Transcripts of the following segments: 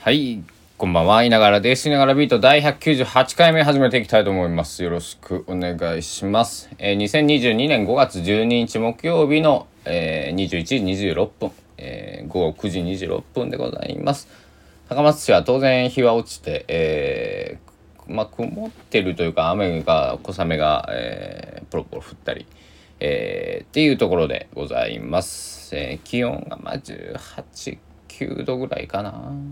はい、こんばんは。いながらです。いながらビート第198回目始めていきたいと思います。よろしくお願いします。2022年5月12日木曜日の、21時26分、午後9時26分でございます。高松市は当然日は落ちて、曇ってるというか小雨が、ポロポロ降ったり、っていうところでございます。気温が18、9度ぐらいかな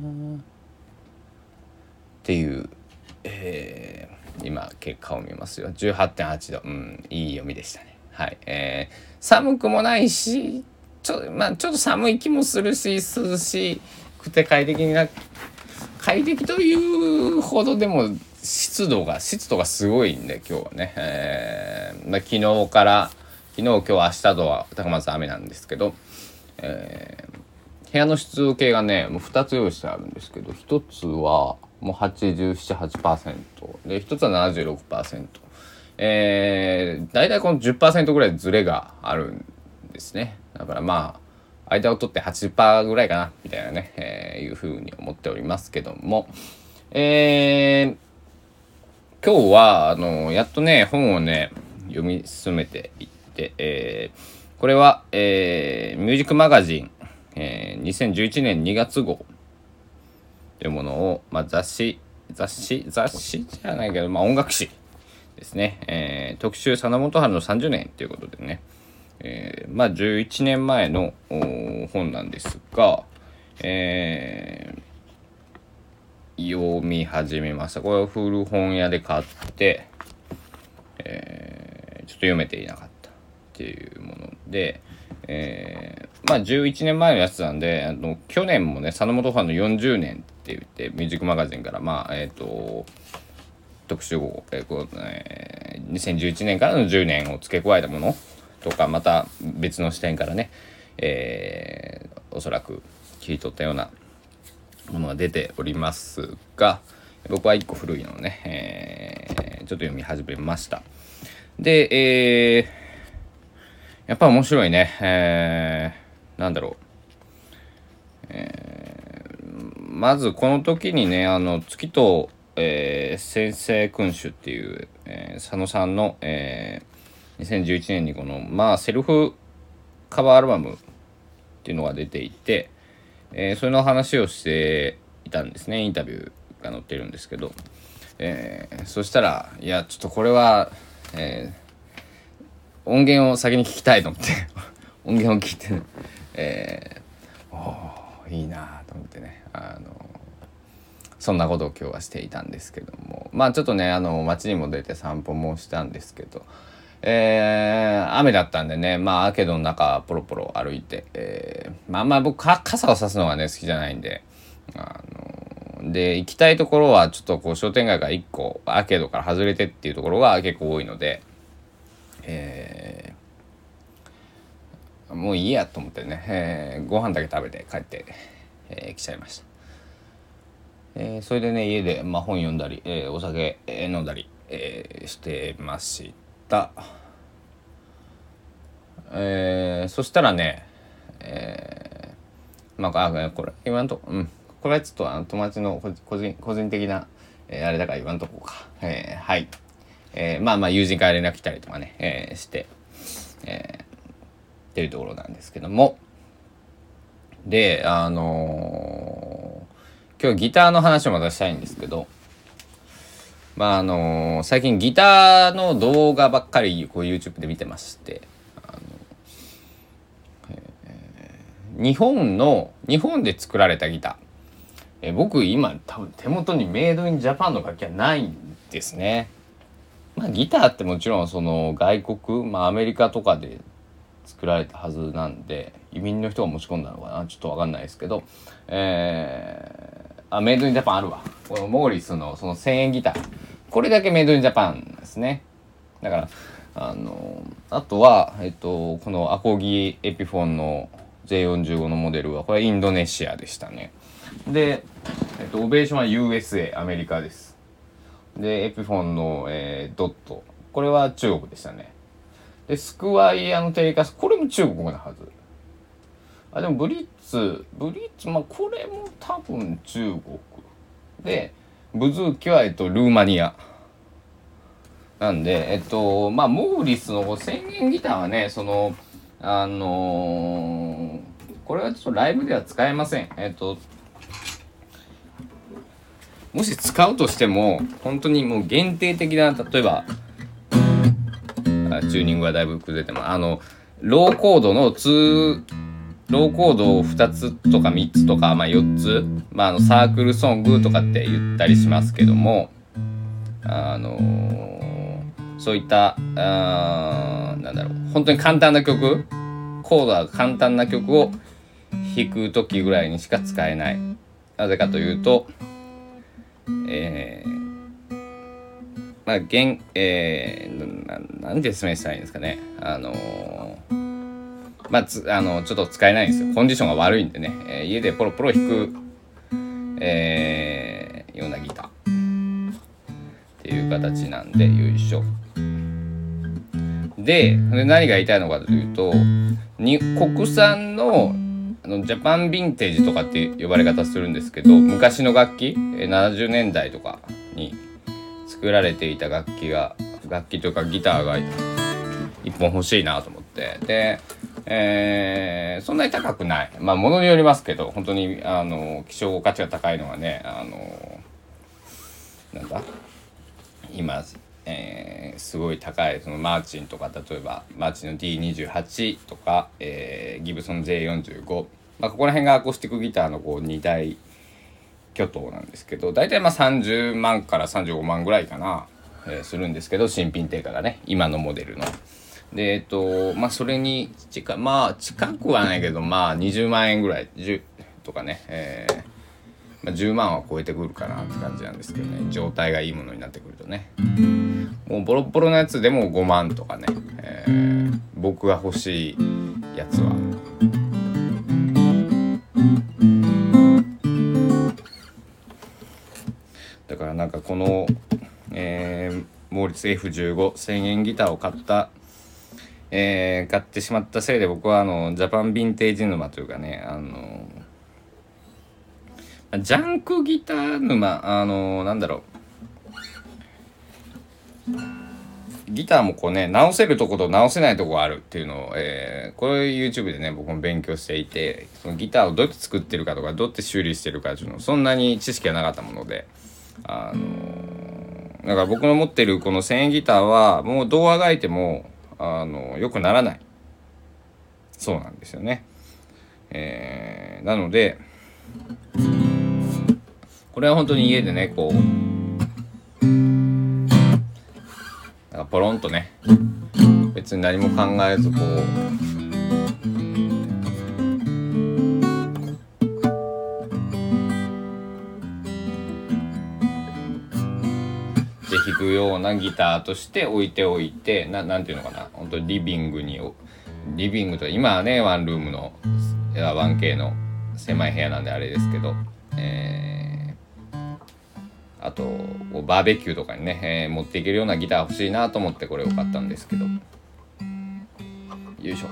っていう、今結果を見ますよ。 18.8 度、いい読みでしたね。はい、寒くもないしちょっと寒い気もするし、涼しくて快適というほどでも湿度がすごいんで、今日はね、昨日今日明日とは高松雨なんですけど、部屋の湿度計がねもう2つ用意してあるんですけど、1つはもう87、8% で、1つは 76%、だいたいこの 10% ぐらいズレがあるんですね。だから間を取って 80% ぐらいかなみたいなね、いうふうに思っておりますけども、今日はやっとね本をね読み進めていって、これは、ミュージックマガジン、2011年2月号というものを、雑誌じゃないけど、音楽誌ですね、特集佐野元春の30年ということでね、11年前の本なんですが、読み始めました。これを古本屋で買って、ちょっと読めていなかったっていうもので、11年前のやつなんで、去年もね佐野元春の40年って言ってミュージックマガジンから特集号、2011年からの10年を付け加えたものとか、また別の視点からね、おそらく切り取ったようなものが出ておりますが、僕は1個古いのをね、ちょっと読み始めました。で、やっぱ面白いね。なんだろう、まずこの時にね月と、先生君主っていう、佐野さんの、2011年にこのセルフカバーアルバムっていうのが出ていて、それの話をしていたんですね。インタビューが載ってるんですけど、そしたらいやちょっとこれは、音源を先に聞きたいと思って音源を聞いて、いいなと思ってね、そんなことを今日はしていたんですけども、ちょっとね街にも出て散歩もしたんですけど、雨だったんでねアーケードの中ポロポロ歩いて、僕傘を差すのがね好きじゃないんで、で行きたいところはちょっとこう商店街が1個アーケードから外れてっていうところが結構多いので、もういいやと思ってね、ご飯だけ食べて帰って、来ちゃいました。それでね家で、本読んだり、お酒、飲んだり、してました。そしたらね、これ言わんとこれはちょっと友達の個人的な、あれだから言わんとこうか。はい。友人から連絡来たりとかね、して、っていうところなんですけども、で今日ギターの話をまたしたいんですけど、最近ギターの動画ばっかりこう YouTube で見てまして、日本で作られたギター、僕今多分手元にメイドインジャパンの楽器はないんですね。ギターってもちろんその外国、アメリカとかで作られたはずなんで、移民の人が持ち込んだのかなちょっと分かんないですけど、メイドインジャパンあるわ。このモーリスのその1000円ギター、これだけメイドインジャパンですね。だからあとは、このアコギエピフォンの J45 のモデルはこれインドネシアでしたね。で、オベーションは USA アメリカです。でエピフォンの、ドット、これは中国でしたね。でスクワイヤのテレカス、これも中国のはずでもブリッツ、まあこれも多分中国で、ブズーキはルーマニアなんで、まあモーリスの1000円ギターはね、これはちょっとライブでは使えません。もし使うとしても本当にもう限定的な、例えばチューニングはだいぶ崩れてもローコードを2つとか3つとか、まあ、4つ、まあ、サークルソングとかって言ったりしますけども、そういったなんだろう、本当に簡単な曲、コードが簡単な曲を弾く時ぐらいにしか使えない。なぜかというと、まあなんで説明したらいいんですかね。まあちょっと使えないんですよ。コンディションが悪いんでね、家でポロポロ弾く、ようなギターっていう形なんで、よいしょ。で何が言いたいのかというと、国産のジャパンヴィンテージとかって呼ばれ方するんですけど、昔の楽器、70年代とかに作られていた楽器というかギターが一本欲しいなと思って、で、そんなに高くない、まあ物によりますけど、本当に希少価値が高いのがね、なんだ今、すごい高いそのマーチンとか、例えばマーチンの D28 とか、ギブソン J45、まあ、ここら辺がアコースティックギターのこう2大巨頭なんですけど、大体まあ30万から35万ぐらいかな、するんですけど、新品定価がね、今のモデルの。でまあそれに近くはないけど、まあ20万円ぐらいとかね、まあ、10万は超えてくるかなって感じなんですけどね、状態がいいものになってくるとね。もうボロボロのやつでも5万とかね、僕が欲しいやつはだからなんかこの、モーリツ F151000 円ギターを買ってしまったせいで、僕はジャパンヴィンテージ沼というかね、ジャンクギター沼、なんだろう、ギターもこうね、直せるとこと直せないとこがあるっていうのを、これ YouTube でね僕も勉強していて、そのギターをどうやって作ってるかとかどうやって修理してるかっていうの、そんなに知識がなかったもので、だから僕の持ってるこの1000円ギターはもうどうあがいても良くならないそうなんですよね。なのでこれは本当に家でね、こうなんかポロンとね、別に何も考えずこうで弾くようなギターとして置いておいて、なんていうのかな、本当にリビングと今はねワンルームの 1K の狭い部屋なんであれですけど、あとバーベキューとかにね、持っていけるようなギター欲しいなと思ってこれを買ったんですけど、よいしょ。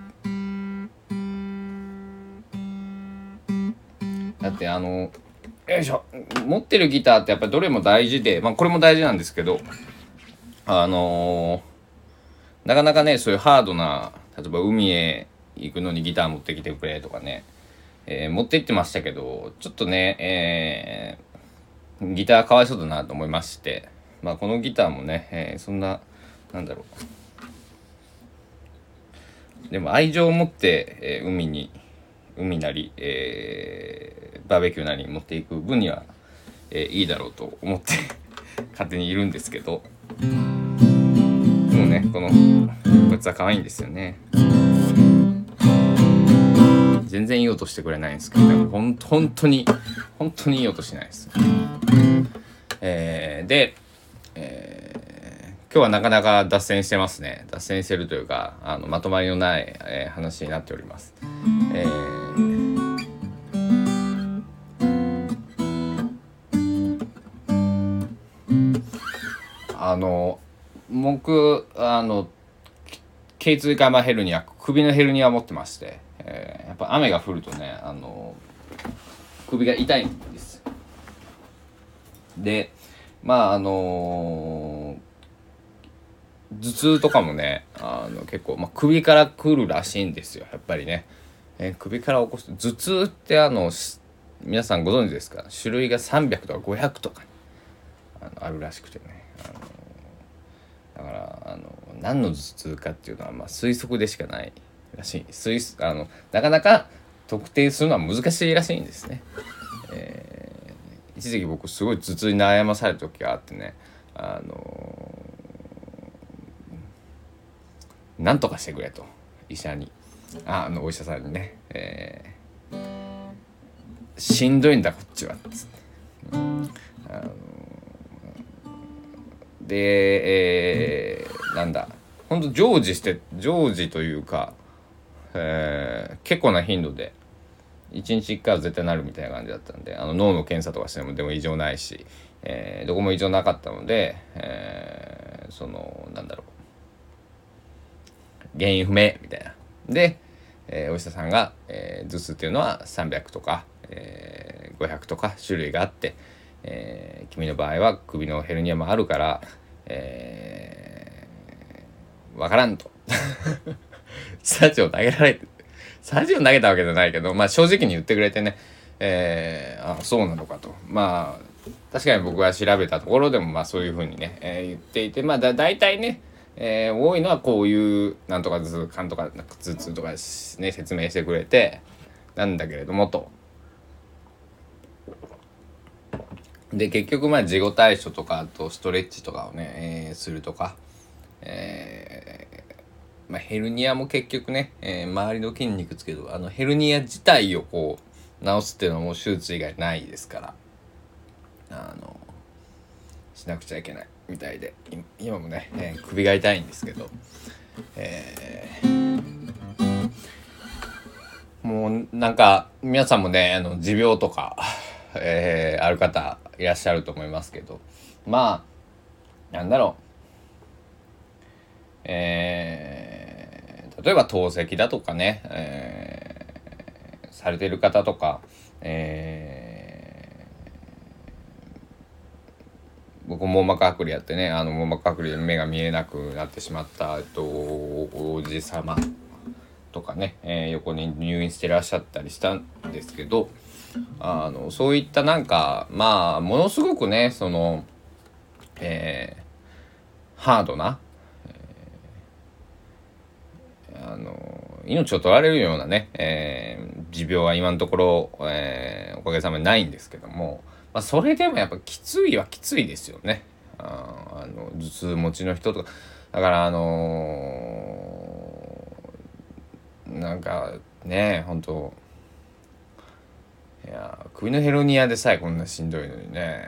だってよいしょ、持ってるギターってやっぱりどれも大事で、まあこれも大事なんですけど、なかなかねそういうハードな、例えば海へ行くのにギター持ってきてくれとかね、持って行ってましたけど、ちょっとね、ギターかわいそうだなと思いまして、まあこのギターもね、そんななんだろう、でも愛情を持って、海なり、バーベキューなりに持っていく分には、いいだろうと思って勝手にいるんですけど、でもねこいつは可愛いんですよね。全然いい音してくれないんですけど、ね、本当にいい音しないです。で、今日はなかなか脱線してますね。脱線してるというかまとまりのない、話になっております。僕頸椎間板ヘルニア、首のヘルニアを持ってまして、 やっぱ雨が降るとね首が痛いんです。で頭痛とかもね結構、首から来るらしいんですよやっぱりね。首から起こす頭痛って皆さんご存知ですか？種類が300とか500とかあるらしくてね。だから何の頭痛かっていうのは推測でしかないらしい。なかなか特定するのは難しいらしいんですね。一時期僕すごい頭痛に悩まされる時があってね、なんとかしてくれと医者にお医者さんにね、しんどいんだこっちはっつって、で、なんだほんと常時というか、結構な頻度で1日1回は絶対なるみたいな感じだったんで、脳の検査とかしてもでも異常ないし、どこも異常なかったので、原因不明みたいなで、お医者さんが、頭痛っていうのは300とか、500とか種類があって、君の場合は首のヘルニアもあるから、わからんとサジを投げたわけじゃないけど、正直に言ってくれてね、そうなのかと。確かに僕が調べたところでもそういうふうにね、言っていて、大体ね、多いのはこういうなんとか頭痛かんとか頭痛とかね説明してくれてなんだけれどもと。で結局自己対処とかあとストレッチとかをね、するとか、ヘルニアも結局ね、周りの筋肉つけどヘルニア自体をこう治すっていうのはもう手術以外ないですからしなくちゃいけないみたいで今もね、首が痛いんですけど、もうなんか皆さんもね持病とか、ある方いらっしゃると思いますけどなんだろう、例えば透析だとかね、されてる方とか、僕網膜剥離やってね網膜剥離で目が見えなくなってしまった、おじさまとかね、横に入院してらっしゃったりしたんですけどそういったなんかものすごくねハードな、命を取られるようなね、持病は今のところ、おかげさまでないんですけども、それでもやっぱきついはきついですよね。頭痛持ちの人とかだからなんかね本当いや首のヘルニアでさえこんなしんどいのにね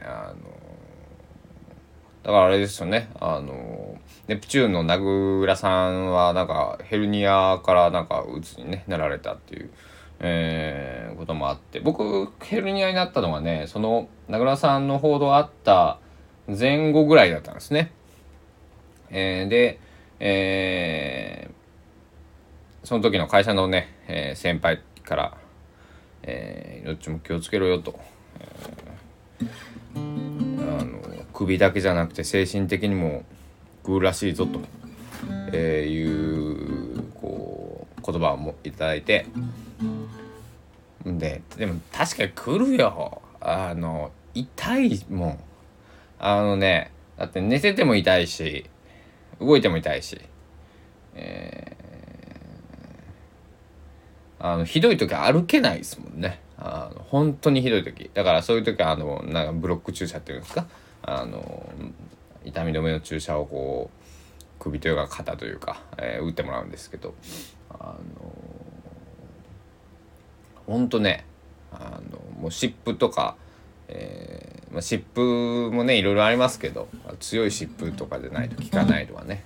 だからあれですよねネプチューンの名倉さんはなんかヘルニアからなんかうつに、ね、なられたっていう、こともあって僕ヘルニアになったのがねその名倉さんの報道あった前後ぐらいだったんですね。で、その時の会社のね、先輩からどっちも気をつけろよと、首だけじゃなくて精神的にも食うらしいぞと、いうこう言葉をいただいてでも確かに来るよ痛いもんだって寝てても痛いし動いても痛いし、ひどい時歩けないですもんね本当にひどい時だからそういう時はなんかブロック注射っていうんですか痛み止めの注射をこう首というか肩というか、打ってもらうんですけどほんとねもう湿布とか、湿布もねいろいろありますけど強い湿布とかでないと効かないとかね、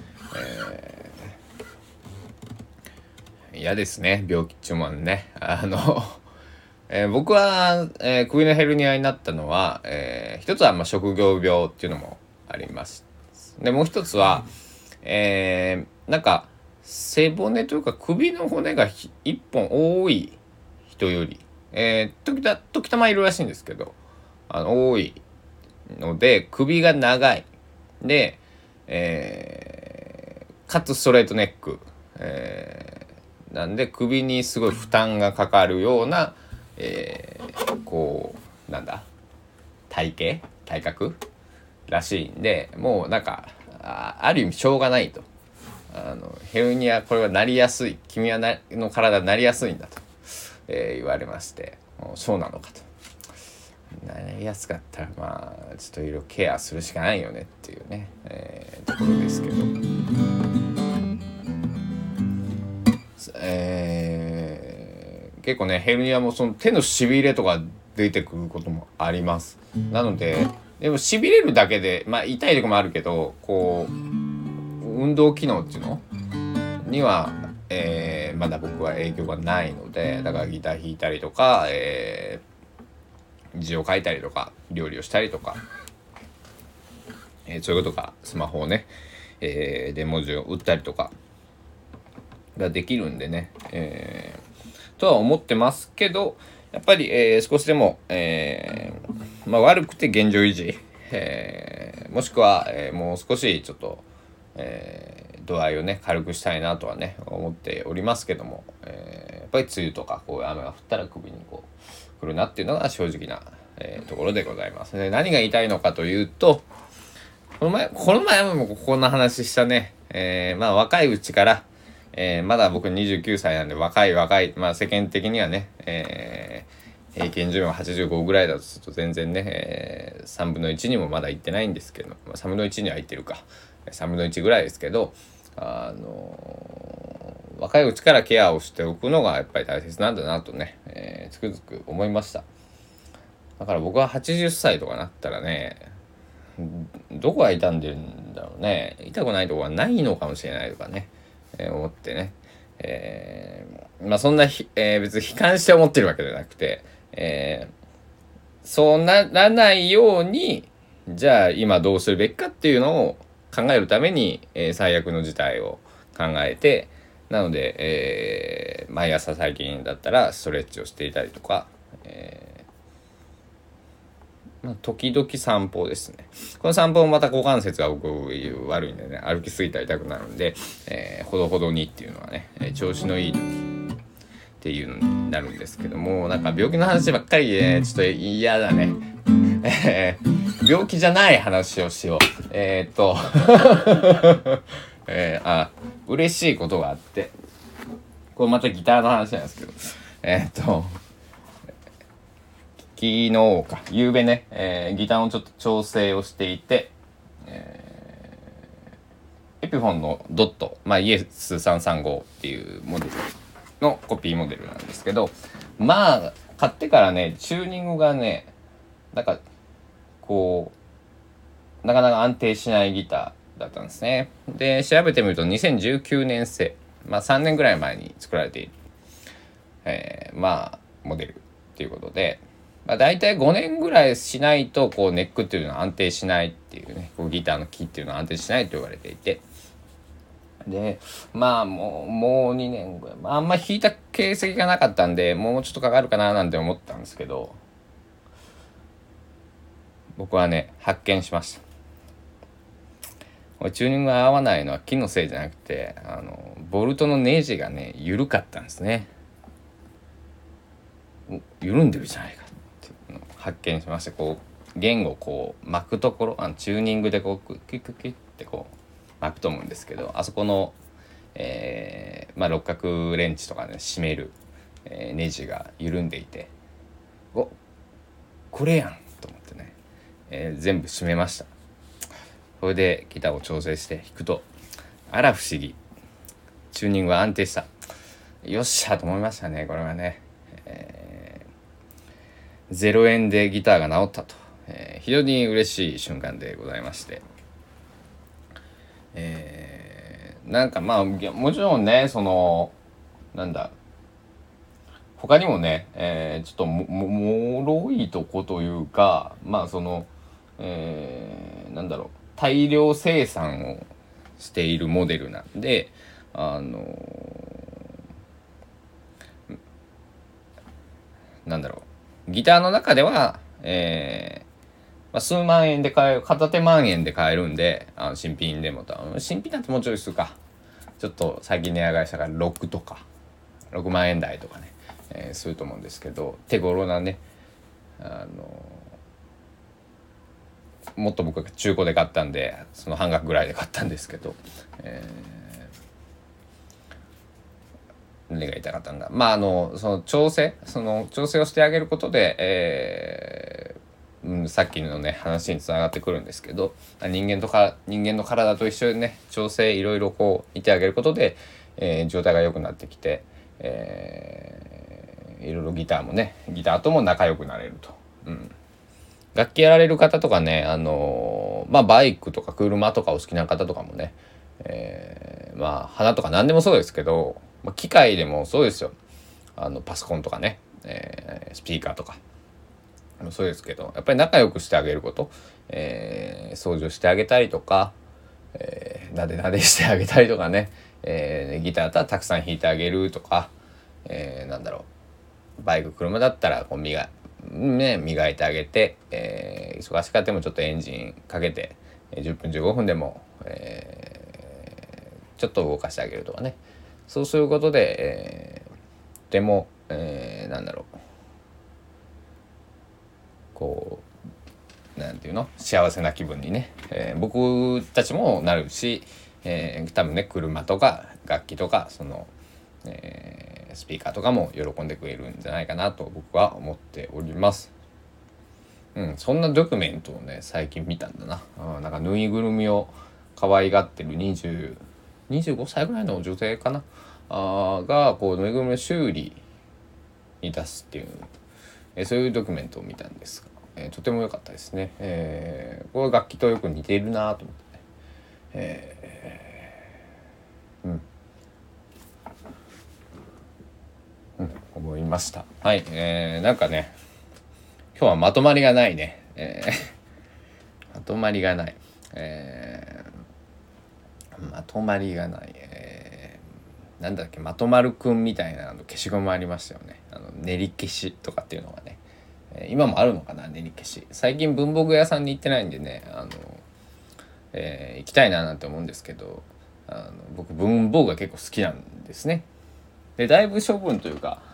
嫌ですね病気中もね僕は、首のヘルニアになったのは、一つは職業病っていうのもあります。でもう一つは、なんか背骨というか首の骨が一本多い人より、時たまいるらしいんですけど、多いので首が長いで、かつストレートネック、なんで首にすごい負担がかかるような、こうなんだ体格らしいんで、もうなんかある意味しょうがないと。ヘルニアこれはなりやすい、君はの体なりやすいんだと、言われまして、そうなのかと。なりやすかったらまあちょっといろいろケアするしかないよねっていうね、ところですけど、結構ねヘルニアもその手のしびれとか出てくることもあります。なのででもしびれるだけでまあ痛いとこもあるけど、こう運動機能っていうのには、まだ僕は影響がないので、だからギター弾いたりとか、字を書いたりとか料理をしたりとか、そういうことがスマホをね、で文字を打ったりとかができるんでね、とは思ってますけど、やっぱり、少しでも、悪くて現状維持、もしくは、もう少しちょっと、度合いをね軽くしたいなとはね思っておりますけども、やっぱり梅雨とかこういう雨が降ったら首にこう来るなっていうのが正直な、ところでございます。で何が言いたいのかというと、この前もこんな話したね、若いうちから、まだ僕29歳なんで若い、世間的にはね、平均寿命85ぐらいだとすると全然ね、3分の1にもまだ行ってないんですけど、3分の1には行ってるか、3分の1ぐらいですけど、若いうちからケアをしておくのがやっぱり大切なんだなとね、つくづく思いました。だから僕は80歳とかなったらね、どこが痛んでるんだろうね、痛くないとこがないのかもしれないとかね、思ってね、そんな別に悲観して思ってるわけじゃなくて、そうならないようにじゃあ今どうするべきかっていうのを考えるために、最悪の事態を考えて、なので、毎朝最近だったらストレッチをしていたりとか、時々散歩ですね。この散歩もまた股関節が僕悪いんでね、歩きすぎたら痛くなるんで、ほどほどにっていうのはね、調子のいい時っていうのになるんですけども、なんか病気の話ばっかりで、ちょっと嫌だね。病気じゃない話をしよう。嬉しいことがあって、これまたギターの話なんですけど、夕べね、ギターをちょっと調整をしていて、エピフォンのドット、ES335 っていうモデルのコピーモデルなんですけど、買ってからねチューニングがねなんかこうなかなか安定しないギターだったんですね。で調べてみると2019年製、3年ぐらい前に作られている、モデルっていうことで、だいたい5年ぐらいしないとこうネックっていうのは安定しないっていうね、こうギターの木っていうのは安定しないと言われていて、でもう2年ぐらい、あんま弾いた形跡がなかったんでもうちょっとかかるかななんて思ったんですけど、僕はね発見しました。これチューニングが合わないのは木のせいじゃなくて、ボルトのネジがね緩かったんですね。緩んでるじゃないかっていうのを発見しました。こう弦をこう巻くところ、チューニングでこうキュキュキュってこう巻くと思うんですけど、あそこの、六角レンチとかね締める、ネジが緩んでいて、これやんと思ってね、全部締めました。それでギターを調整して弾くと、あら不思議、チューニングは安定した。よっしゃと思いましたね。これはね、0円でギターが治ったと、非常に嬉しい瞬間でございまして、なんかもちろんね他にもね、ちょっともろいとこというか、大量生産をしているモデルなんで、 あのなんだろう、ギターの中では、数万円で買える、片手万円で買えるんで、新品でも新品だともうちょいするか、ちょっと最近値上がりしたから6とか6万円台とかね、すると思うんですけど、手頃なね、もっと僕が中古で買ったんでその半額ぐらいで買ったんですけど、何が言いたかったんだ、その調整をしてあげることで、さっきのね話につながってくるんですけど、人間の体と一緒にね調整いろいろこう見てあげることで、状態が良くなってきて、いろいろギターとも仲良くなれると。楽器やられる方とかね、バイクとか車とかお好きな方とかもね、花とか何でもそうですけど、機械でもそうですよ。パソコンとかね、スピーカーとかもそうですけど、やっぱり仲良くしてあげること、掃除をしてあげたりとか、なでなでしてあげたりとかね、ギターだったらたくさん弾いてあげるとか、バイク車だったらこう磨いてあげて、忙しかってもちょっとエンジンかけて10分15分でも、ちょっと動かしてあげるとかね、そうすることで、でも、こうなんていうの、幸せな気分にね、僕たちもなるし、多分ね車とか楽器とかその、スピーカーとかも喜んでくれるんじゃないかなと僕は思っております。そんなドキュメントをね最近見たんだな。なんかぬいぐるみを可愛がってる25歳ぐらいの女性かな、がこうぬいぐるみの修理に出すっていう、そういうドキュメントを見たんですが、とても良かったですね。これ楽器とよく似ているなと思ってね、思いました。はい、なんかね今日はまとまりがないね、まとまりがない、まとまりがない、なんだっけ、まとまるくんみたいな消しゴムありましたよね。練り消しとかっていうのがね、今もあるのかな、練り消し。最近文房具屋さんに行ってないんでね、行きたいななんて思うんですけど、僕文房具が結構好きなんですね。でだいぶ処分というか、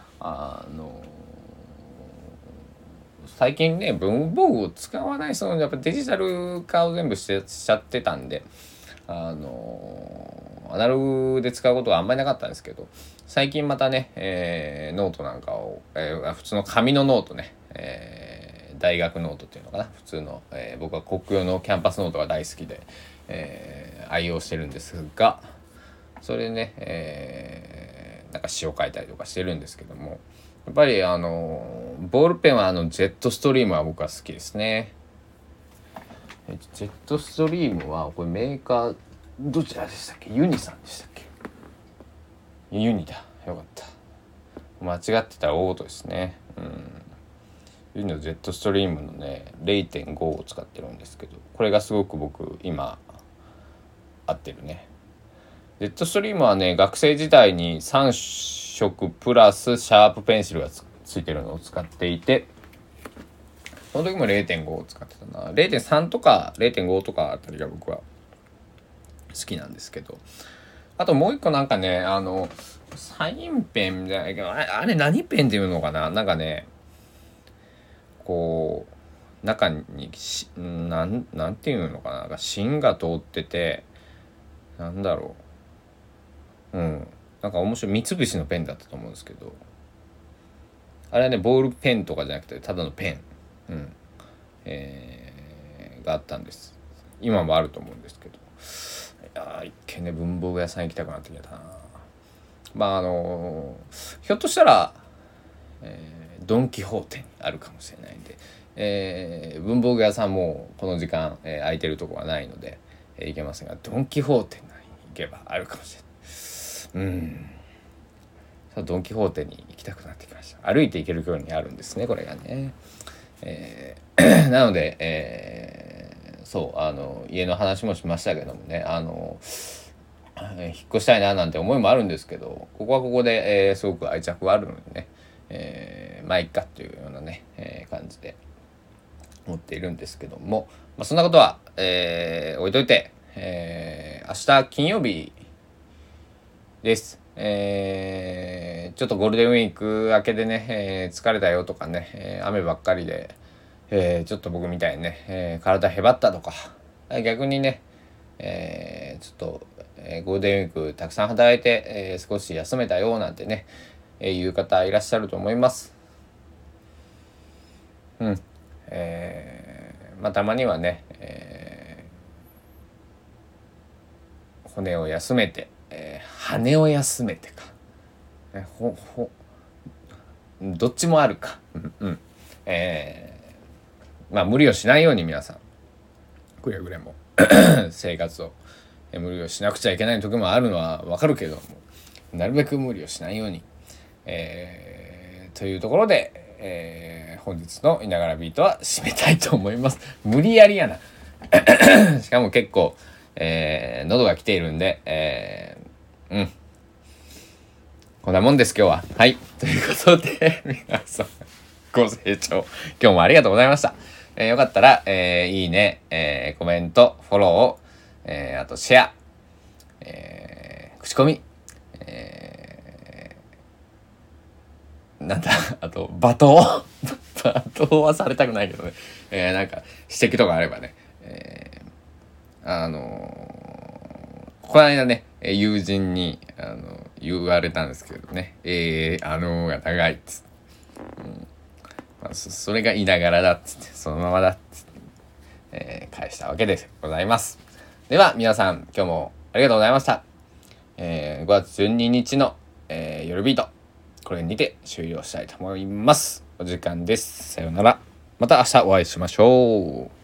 最近ね文房具を使わない、そのやっぱデジタル化を全部しちゃってたんで、アナログで使うことがあんまりなかったんですけど、最近またね、ノートなんかを、普通の紙のノートね、大学ノートっていうのかな、普通の、僕は国用のキャンパスノートが大好きで、愛用してるんですが、それでね、なんか詩を書いたりとかしてるんですけども、やっぱりボールペンはジェットストリームは僕は好きですね。ジェットストリームはこれメーカーどちらでしたっけ、ユニさんでしたっけ、ユニだ、よかった、間違ってたら大事ですね。ユニのジェットストリームのね 0.5 を使ってるんですけど、これがすごく僕今合ってるね。ジェットストリームはね学生時代に3色プラスシャープペンシルが ついてるのを使っていて、その時も 0.5 を使ってたな。 0.3 とか 0.5 とかあたりが僕は好きなんですけど、あともう一個なんかねサインペンじゃないけど、あれ何ペンっていうのかな、なんかねこう中になんていうのかな、なんか芯が通ってて、なんだろう、なんか面白い三菱のペンだったと思うんですけど、あれはねボールペンとかじゃなくてただのペン、があったんです。今もあると思うんですけど、一見ね文房具屋さん行きたくなってきたな。ひょっとしたら、ドン・キホーテにあるかもしれないんで、文房具屋さんもこの時間、空いてるとこはないので、行けませんが、ドン・キホーテに行けばあるかもしれない。ドン・キホーテに行きたくなってきました。歩いて行ける距離にあるんですね、これがね。なので、そう家の話もしましたけどもね、 引っ越したいななんて思いもあるんですけど、ここはここで、すごく愛着があるのでね、まあいっかっていうようなね、感じで思っているんですけども、そんなことは、置いといて、明日金曜日です。ちょっとゴールデンウィーク明けでね、疲れたよとかね、雨ばっかりで、ちょっと僕みたいにね、体へばったとか、逆にね、ちょっと、ゴールデンウィークたくさん働いて、少し休めたよなんてね、いう方いらっしゃると思います。たまにはね、骨を休めて、羽を休めてか、どっちもあるか無理をしないように皆さんくれぐれも生活を無理をしなくちゃいけない時もあるのはわかるけども、なるべく無理をしないように、というところで、本日のいながらビートは締めたいと思います。無理やりやなしかも結構、喉が来ているんで、こんなもんです今日は。はい、ということで皆さんご清聴今日もありがとうございました。よかったら、いいね、コメントフォロー、あとシェア、口コミ、なんだあと罵倒罵倒はされたくないけどね、なんか指摘とかあればね、この間ね友人に言われたんですけどね、が長いっつって、それがいながらだっつってそのままだっつって、返したわけでございます。では皆さん今日もありがとうございました。5月12日の、夜ビートこれにて終了したいと思います。お時間です。さようなら。また明日お会いしましょう。